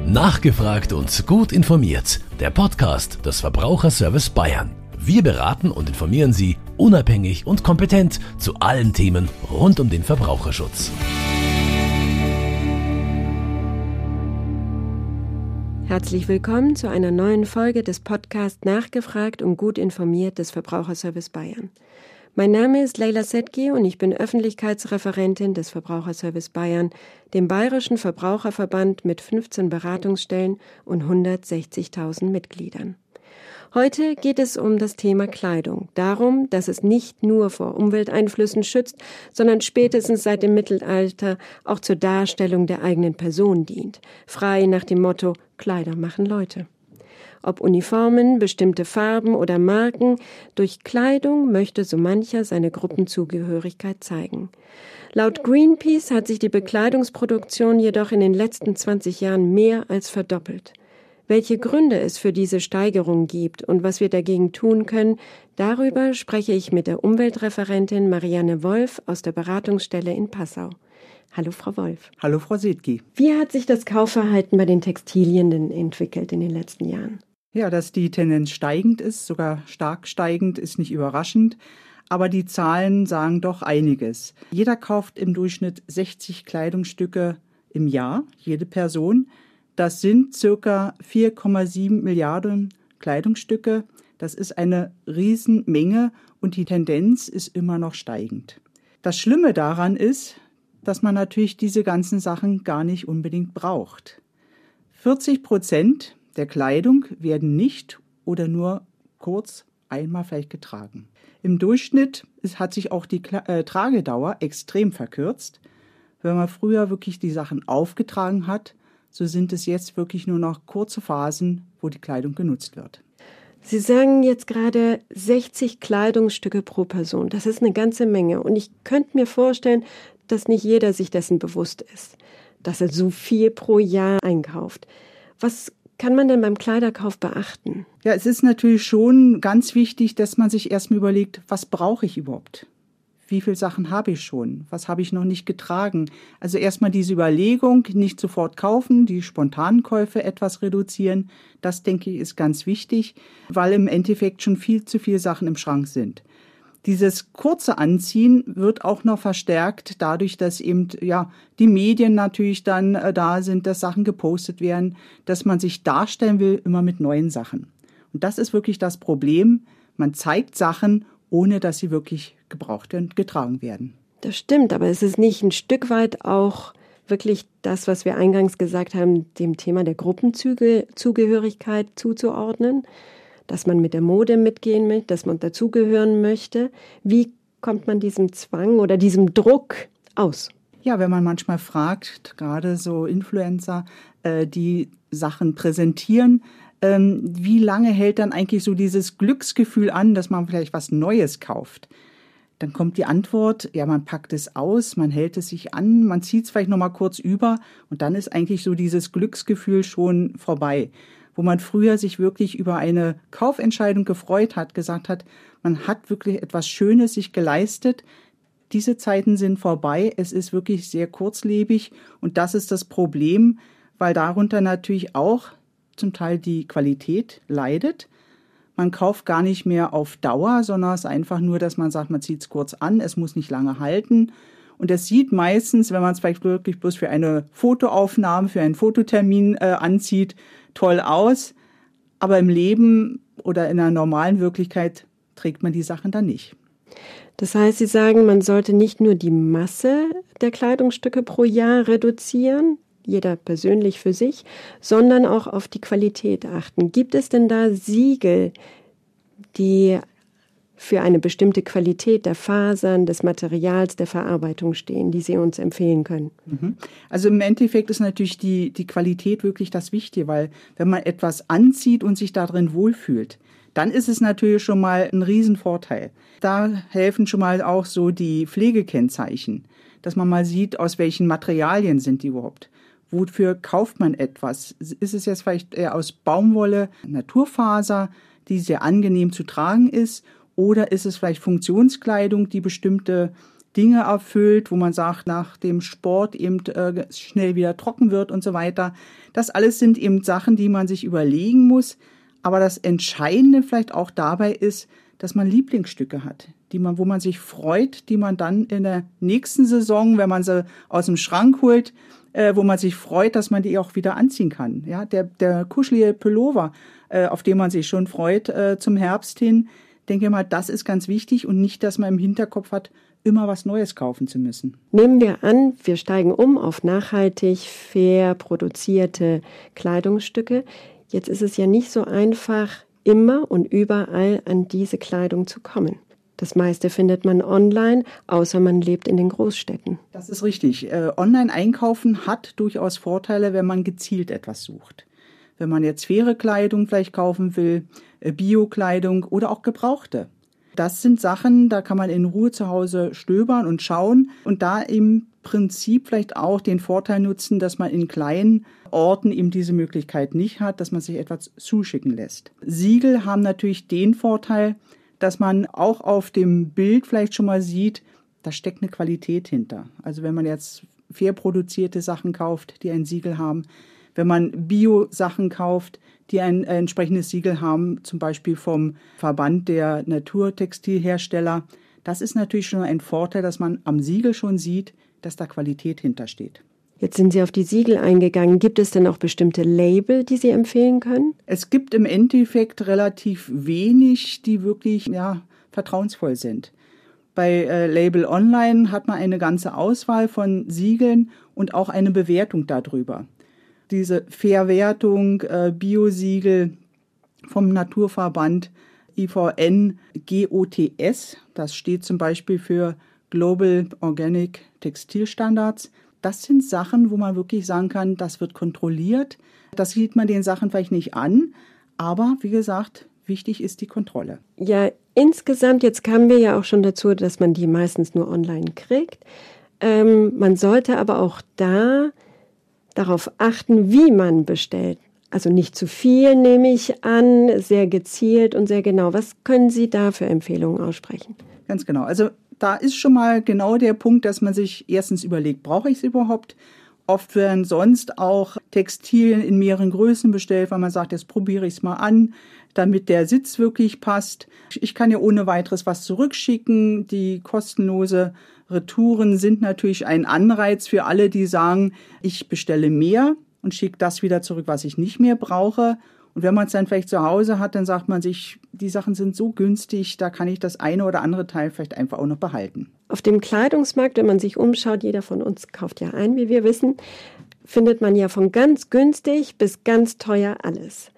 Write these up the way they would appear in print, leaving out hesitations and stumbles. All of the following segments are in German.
Nachgefragt und gut informiert. Der Podcast des Verbraucherservice Bayern. Wir beraten und informieren Sie unabhängig und kompetent zu allen Themen rund um den Verbraucherschutz. Herzlich willkommen zu einer neuen Folge des Podcasts Nachgefragt und gut informiert des Verbraucherservice Bayern. Mein Name ist Leila Setki und ich bin Öffentlichkeitsreferentin des Verbraucherservice Bayern, dem bayerischen Verbraucherverband mit 15 Beratungsstellen und 160.000 Mitgliedern. Heute geht es um das Thema Kleidung, darum, dass es nicht nur vor Umwelteinflüssen schützt, sondern spätestens seit dem Mittelalter auch zur Darstellung der eigenen Person dient, frei nach dem Motto Kleider machen Leute. Ob Uniformen, bestimmte Farben oder Marken, durch Kleidung möchte so mancher seine Gruppenzugehörigkeit zeigen. Laut Greenpeace hat sich die Bekleidungsproduktion jedoch in den letzten 20 Jahren mehr als verdoppelt. Welche Gründe es für diese Steigerung gibt und was wir dagegen tun können, darüber spreche ich mit der Umweltreferentin Marianne Wolf aus der Beratungsstelle in Passau. Hallo Frau Wolf. Hallo Frau Setki. Wie hat sich das Kaufverhalten bei den Textilien denn entwickelt in den letzten Jahren? Ja, dass die Tendenz steigend ist, sogar stark steigend, ist nicht überraschend. Aber die Zahlen sagen doch einiges. Jeder kauft im Durchschnitt 60 Kleidungsstücke im Jahr, jede Person. Das sind circa 4,7 Milliarden Kleidungsstücke. Das ist eine Riesenmenge und die Tendenz ist immer noch steigend. Das Schlimme daran ist, dass man natürlich diese ganzen Sachen gar nicht unbedingt braucht. 40% der Kleidung werden nicht oder nur kurz einmal vielleicht getragen. Im Durchschnitt hat sich auch die Tragedauer extrem verkürzt. Wenn man früher wirklich die Sachen aufgetragen hat, so sind es jetzt wirklich nur noch kurze Phasen, wo die Kleidung genutzt wird. Sie sagen jetzt gerade 60 Kleidungsstücke pro Person. Das ist eine ganze Menge. Und ich könnte mir vorstellen, dass nicht jeder sich dessen bewusst ist, dass er so viel pro Jahr einkauft. Was kann man denn beim Kleiderkauf beachten? Ja, es ist natürlich schon ganz wichtig, dass man sich erstmal überlegt, was brauche ich überhaupt? Wie viele Sachen habe ich schon? Was habe ich noch nicht getragen? Also erstmal diese Überlegung, nicht sofort kaufen, die spontanen Käufe etwas reduzieren. Das, denke ich, ist ganz wichtig, weil im Endeffekt schon viel zu viele Sachen im Schrank sind. Dieses kurze Anziehen wird auch noch verstärkt dadurch, dass eben die Medien natürlich dann da sind, dass Sachen gepostet werden, dass man sich darstellen will, immer mit neuen Sachen. Und das ist wirklich das Problem. Man zeigt Sachen, ohne dass sie wirklich gebraucht werden, getragen werden. Das stimmt, aber es ist nicht ein Stück weit auch wirklich das, was wir eingangs gesagt haben, dem Thema der Gruppenzugehörigkeit zuzuordnen, dass man mit der Mode mitgehen möchte, dass man dazugehören möchte. Wie kommt man diesem Zwang oder diesem Druck aus? Ja, wenn man manchmal fragt, gerade so Influencer, die Sachen präsentieren, wie lange hält dann eigentlich so dieses Glücksgefühl an, dass man vielleicht was Neues kauft? Dann kommt die Antwort, ja, man packt es aus, man hält es sich an, man zieht es vielleicht noch mal kurz über und dann ist eigentlich so dieses Glücksgefühl schon vorbei. Wo man früher sich wirklich über eine Kaufentscheidung gefreut hat, gesagt hat, man hat wirklich etwas Schönes sich geleistet. Diese Zeiten sind vorbei, es ist wirklich sehr kurzlebig und das ist das Problem, weil darunter natürlich auch zum Teil die Qualität leidet. Man kauft gar nicht mehr auf Dauer, sondern es ist einfach nur, dass man sagt, man zieht es kurz an, es muss nicht lange halten. Und es sieht meistens, wenn man es vielleicht wirklich bloß für eine Fotoaufnahme, für einen Fototermin anzieht, toll aus. Aber im Leben oder in einer normalen Wirklichkeit trägt man die Sachen dann nicht. Das heißt, Sie sagen, man sollte nicht nur die Masse der Kleidungsstücke pro Jahr reduzieren, jeder persönlich für sich, sondern auch auf die Qualität achten. Gibt es denn da Siegel, die für eine bestimmte Qualität der Fasern, des Materials, der Verarbeitung stehen, die Sie uns empfehlen können? Also im Endeffekt ist natürlich die Qualität wirklich das Wichtige, weil wenn man etwas anzieht und sich darin wohlfühlt, dann ist es natürlich schon mal ein Riesenvorteil. Da helfen schon mal auch so die Pflegekennzeichen, dass man mal sieht, aus welchen Materialien sind die überhaupt. Wofür kauft man etwas? Ist es jetzt vielleicht eher aus Baumwolle, Naturfaser, die sehr angenehm zu tragen ist? Oder ist es vielleicht Funktionskleidung, die bestimmte Dinge erfüllt, wo man sagt, nach dem Sport eben schnell wieder trocken wird und so weiter. Das alles sind eben Sachen, die man sich überlegen muss. Aber das Entscheidende vielleicht auch dabei ist, dass man Lieblingsstücke hat, wo man sich freut, die man dann in der nächsten Saison, wenn man sie aus dem Schrank holt, wo man sich freut, dass man die auch wieder anziehen kann. Ja, der kuschelige Pullover, auf den man sich schon freut zum Herbst hin, denke mal, das ist ganz wichtig und nicht, dass man im Hinterkopf hat, immer was Neues kaufen zu müssen. Nehmen wir an, wir steigen um auf nachhaltig, fair produzierte Kleidungsstücke. Jetzt ist es ja nicht so einfach, immer und überall an diese Kleidung zu kommen. Das meiste findet man online, außer man lebt in den Großstädten. Das ist richtig. Online-Einkaufen hat durchaus Vorteile, wenn man gezielt etwas sucht. Wenn man jetzt faire Kleidung vielleicht kaufen will, Bio-Kleidung oder auch gebrauchte. Das sind Sachen, da kann man in Ruhe zu Hause stöbern und schauen und da im Prinzip vielleicht auch den Vorteil nutzen, dass man in kleinen Orten eben diese Möglichkeit nicht hat, dass man sich etwas zuschicken lässt. Siegel haben natürlich den Vorteil, dass man auch auf dem Bild vielleicht schon mal sieht, da steckt eine Qualität hinter. Also wenn man jetzt fair produzierte Sachen kauft, die ein Siegel haben, wenn man Bio-Sachen kauft, die ein entsprechendes Siegel haben, zum Beispiel vom Verband der Naturtextilhersteller. Das ist natürlich schon ein Vorteil, dass man am Siegel schon sieht, dass da Qualität hintersteht. Jetzt sind Sie auf die Siegel eingegangen. Gibt es denn auch bestimmte Label, die Sie empfehlen können? Es gibt im Endeffekt relativ wenig, die wirklich vertrauensvoll sind. Bei Label Online hat man eine ganze Auswahl von Siegeln und auch eine Bewertung darüber. Diese Verwertung, Biosiegel vom Naturverband IVN GOTS, das steht zum Beispiel für Global Organic Textile Standards. Das sind Sachen, wo man wirklich sagen kann, das wird kontrolliert. Das sieht man den Sachen vielleicht nicht an, aber wie gesagt, wichtig ist die Kontrolle. Ja, insgesamt, jetzt kamen wir ja auch schon dazu, dass man die meistens nur online kriegt. Man sollte aber auch darauf achten, wie man bestellt. Also nicht zu viel, nehme ich an, sehr gezielt und sehr genau. Was können Sie da für Empfehlungen aussprechen? Ganz genau. Also da ist schon mal genau der Punkt, dass man sich erstens überlegt, brauche ich es überhaupt? Oft werden sonst auch Textilien in mehreren Größen bestellt, weil man sagt, jetzt probiere ich es mal an, damit der Sitz wirklich passt. Ich kann ja ohne weiteres was zurückschicken. Die kostenlose Retouren sind natürlich ein Anreiz für alle, die sagen, ich bestelle mehr und schicke das wieder zurück, was ich nicht mehr brauche. Und wenn man es dann vielleicht zu Hause hat, dann sagt man sich, die Sachen sind so günstig, da kann ich das eine oder andere Teil vielleicht einfach auch noch behalten. Auf dem Kleidungsmarkt, wenn man sich umschaut, jeder von uns kauft ja ein, wie wir wissen, findet man ja von ganz günstig bis ganz teuer alles.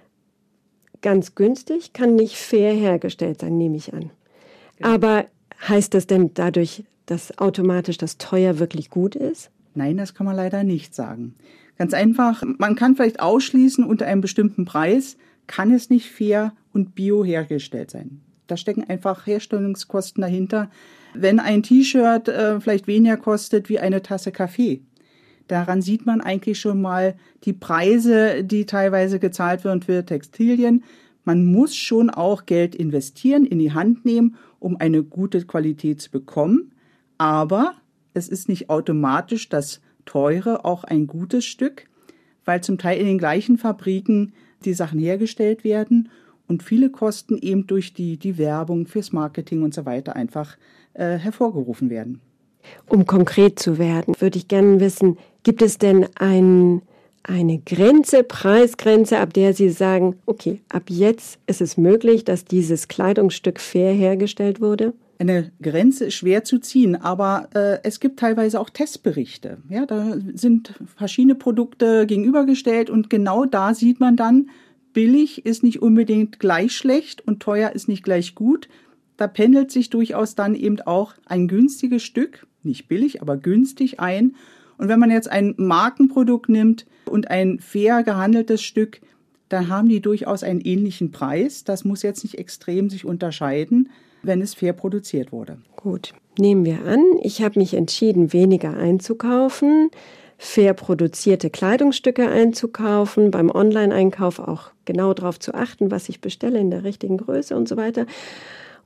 Ganz günstig kann nicht fair hergestellt sein, nehme ich an. Ja. Aber heißt das denn dadurch, dass automatisch das teuer wirklich gut ist? Nein, das kann man leider nicht sagen. Ganz einfach, man kann vielleicht ausschließen, unter einem bestimmten Preis kann es nicht fair und bio hergestellt sein. Da stecken einfach Herstellungskosten dahinter. Wenn ein T-Shirt vielleicht weniger kostet wie eine Tasse Kaffee, daran sieht man eigentlich schon mal die Preise, die teilweise gezahlt werden für Textilien. Man muss schon auch Geld investieren, in die Hand nehmen, um eine gute Qualität zu bekommen. Aber es ist nicht automatisch das Teure auch ein gutes Stück, weil zum Teil in den gleichen Fabriken die Sachen hergestellt werden und viele Kosten eben durch die Werbung fürs Marketing und so weiter einfach hervorgerufen werden. Um konkret zu werden, würde ich gerne wissen, gibt es denn eine Grenze, Preisgrenze, ab der Sie sagen, okay, ab jetzt ist es möglich, dass dieses Kleidungsstück fair hergestellt wurde? Eine Grenze ist schwer zu ziehen, aber es gibt teilweise auch Testberichte. Ja, da sind verschiedene Produkte gegenübergestellt und genau da sieht man dann, billig ist nicht unbedingt gleich schlecht und teuer ist nicht gleich gut. Da pendelt sich durchaus dann eben auch ein günstiges Stück, nicht billig, aber günstig ein. Und wenn man jetzt ein Markenprodukt nimmt und ein fair gehandeltes Stück, dann haben die durchaus einen ähnlichen Preis. Das muss jetzt nicht extrem sich unterscheiden, wenn es fair produziert wurde. Gut, nehmen wir an, ich habe mich entschieden, weniger einzukaufen, fair produzierte Kleidungsstücke einzukaufen, beim Online-Einkauf auch genau darauf zu achten, was ich bestelle in der richtigen Größe und so weiter.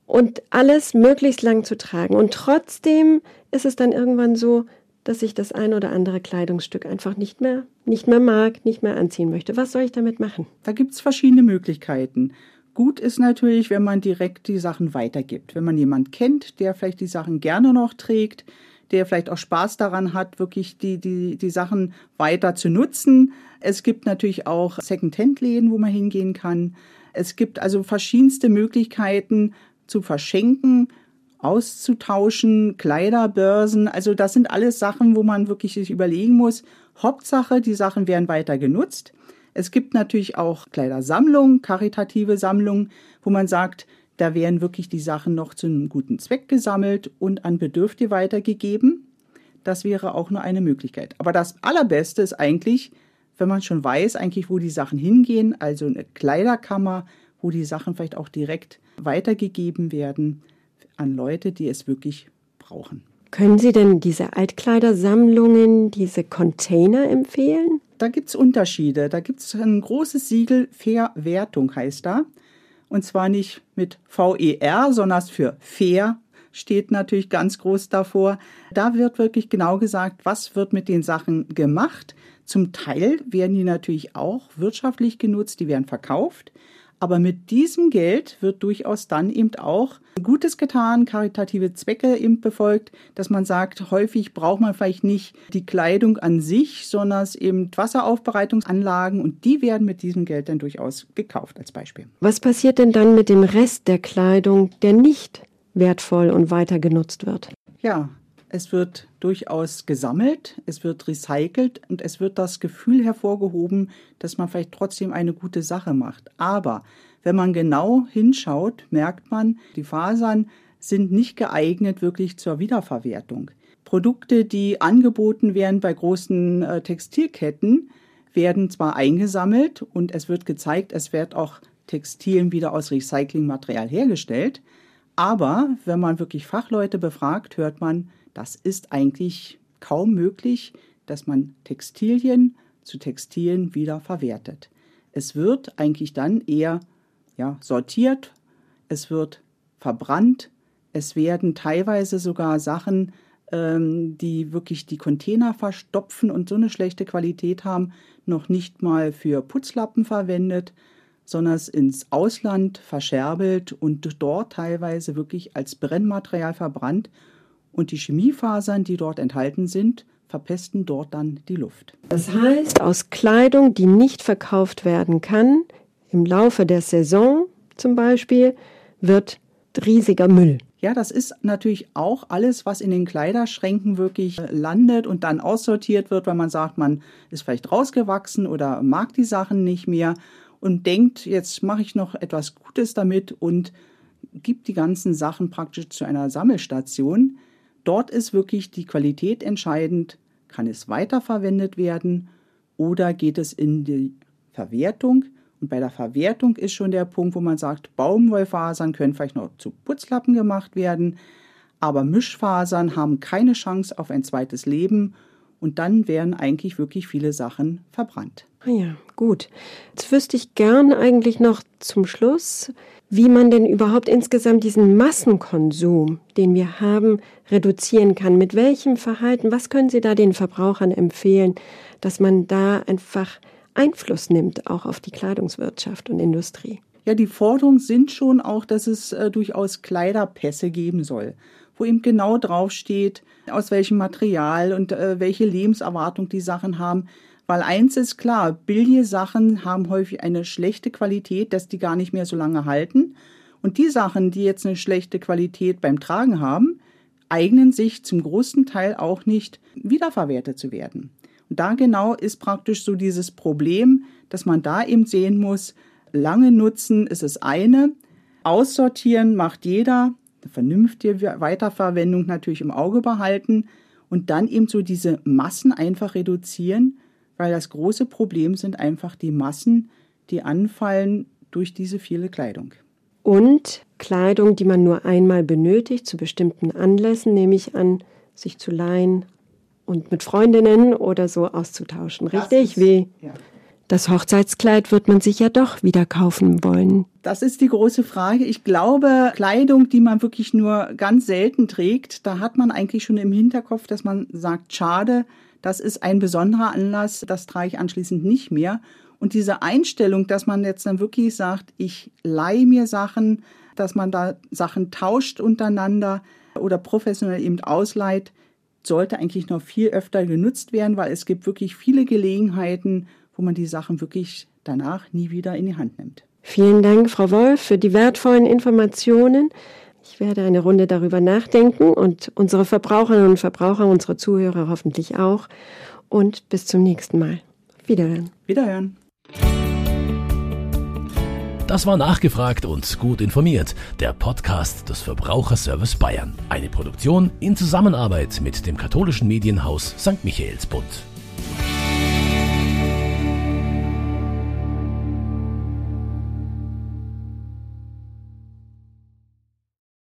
und alles möglichst lang zu tragen. Und trotzdem ist es dann irgendwann so, dass ich das ein oder andere Kleidungsstück einfach nicht mehr mag, nicht mehr anziehen möchte. Was soll ich damit machen? Da gibt es verschiedene Möglichkeiten. Gut ist natürlich, wenn man direkt die Sachen weitergibt. Wenn man jemanden kennt, der vielleicht die Sachen gerne noch trägt, der vielleicht auch Spaß daran hat, wirklich die Sachen weiter zu nutzen. Es gibt natürlich auch Second-Hand-Läden, wo man hingehen kann. Es gibt also verschiedenste Möglichkeiten zu verschenken, auszutauschen, Kleiderbörsen. Also das sind alles Sachen, wo man wirklich sich überlegen muss. Hauptsache, die Sachen werden weiter genutzt. Es gibt natürlich auch Kleidersammlungen, karitative Sammlungen, wo man sagt, da werden wirklich die Sachen noch zu einem guten Zweck gesammelt und an Bedürftige weitergegeben. Das wäre auch nur eine Möglichkeit. Aber das Allerbeste ist eigentlich, wenn man schon weiß, eigentlich, wo die Sachen hingehen, also eine Kleiderkammer, wo die Sachen vielleicht auch direkt weitergegeben werden an Leute, die es wirklich brauchen. Können Sie denn diese Altkleidersammlungen, diese Container empfehlen? Da gibt es Unterschiede. Da gibt es ein großes Siegel, Verwertung heißt da. Und zwar nicht mit VER, sondern für fair steht natürlich ganz groß davor. Da wird wirklich genau gesagt, was wird mit den Sachen gemacht. Zum Teil werden die natürlich auch wirtschaftlich genutzt, die werden verkauft. Aber mit diesem Geld wird durchaus dann eben auch Gutes getan, karitative Zwecke eben befolgt, dass man sagt, häufig braucht man vielleicht nicht die Kleidung an sich, sondern es eben Wasseraufbereitungsanlagen und die werden mit diesem Geld dann durchaus gekauft als Beispiel. Was passiert denn dann mit dem Rest der Kleidung, der nicht wertvoll und weiter genutzt wird? Ja, es wird durchaus gesammelt, es wird recycelt und es wird das Gefühl hervorgehoben, dass man vielleicht trotzdem eine gute Sache macht. Aber wenn man genau hinschaut, merkt man, die Fasern sind nicht geeignet wirklich zur Wiederverwertung. Produkte, die angeboten werden bei großen Textilketten, werden zwar eingesammelt und es wird gezeigt, es wird auch Textilien wieder aus Recyclingmaterial hergestellt. Aber wenn man wirklich Fachleute befragt, hört man, das ist eigentlich kaum möglich, dass man Textilien zu Textilien wieder verwertet. Es wird eigentlich dann eher sortiert, es wird verbrannt, es werden teilweise sogar Sachen, die wirklich die Container verstopfen und so eine schlechte Qualität haben, noch nicht mal für Putzlappen verwendet, sondern es ins Ausland verscherbelt und dort teilweise wirklich als Brennmaterial verbrannt. Und die Chemiefasern, die dort enthalten sind, verpesten dort dann die Luft. Das heißt, aus Kleidung, die nicht verkauft werden kann, im Laufe der Saison zum Beispiel, wird riesiger Müll. Ja, das ist natürlich auch alles, was in den Kleiderschränken wirklich landet und dann aussortiert wird, weil man sagt, man ist vielleicht rausgewachsen oder mag die Sachen nicht mehr und denkt, jetzt mache ich noch etwas Gutes damit und gibt die ganzen Sachen praktisch zu einer Sammelstation. Dort ist wirklich die Qualität entscheidend. Kann es weiterverwendet werden oder geht es in die Verwertung? Und bei der Verwertung ist schon der Punkt, wo man sagt, Baumwollfasern können vielleicht noch zu Putzlappen gemacht werden, aber Mischfasern haben keine Chance auf ein zweites Leben und dann werden eigentlich wirklich viele Sachen verbrannt. Ja, gut. Jetzt wüsste ich gern eigentlich noch zum Schluss, wie man denn überhaupt insgesamt diesen Massenkonsum, den wir haben, reduzieren kann. Mit welchem Verhalten, was können Sie da den Verbrauchern empfehlen, dass man da einfach Einfluss nimmt, auch auf die Kleidungswirtschaft und Industrie? Ja, die Forderungen sind schon auch, dass es durchaus Kleiderpässe geben soll, wo eben genau draufsteht, aus welchem Material und welche Lebenserwartung die Sachen haben. Weil eins ist klar, billige Sachen haben häufig eine schlechte Qualität, dass die gar nicht mehr so lange halten. Und die Sachen, die jetzt eine schlechte Qualität beim Tragen haben, eignen sich zum großen Teil auch nicht, wiederverwertet zu werden. Und da genau ist praktisch so dieses Problem, dass man da eben sehen muss, lange nutzen ist das eine, aussortieren macht jeder, eine vernünftige Weiterverwendung natürlich im Auge behalten und dann eben so diese Massen einfach reduzieren, weil das große Problem sind einfach die Massen, die anfallen durch diese viele Kleidung. Und Kleidung, die man nur einmal benötigt, zu bestimmten Anlässen, nehme ich an, sich zu leihen und mit Freundinnen oder so auszutauschen. Richtig? Das Hochzeitskleid wird man sich ja doch wieder kaufen wollen. Das ist die große Frage. Ich glaube, Kleidung, die man wirklich nur ganz selten trägt, da hat man eigentlich schon im Hinterkopf, dass man sagt, schade, das ist ein besonderer Anlass, das trage ich anschließend nicht mehr. Und diese Einstellung, dass man jetzt dann wirklich sagt, ich leihe mir Sachen, dass man da Sachen tauscht untereinander oder professionell eben ausleiht, sollte eigentlich noch viel öfter genutzt werden, weil es gibt wirklich viele Gelegenheiten, wo man die Sachen wirklich danach nie wieder in die Hand nimmt. Vielen Dank, Frau Wolf, für die wertvollen Informationen. Ich werde eine Runde darüber nachdenken und unsere Verbraucherinnen und Verbraucher, unsere Zuhörer hoffentlich auch. Und bis zum nächsten Mal. Wiederhören. Wiederhören. Das war Nachgefragt und gut informiert, der Podcast des Verbraucherservice Bayern. Eine Produktion in Zusammenarbeit mit dem katholischen Medienhaus St. Michaelsbund.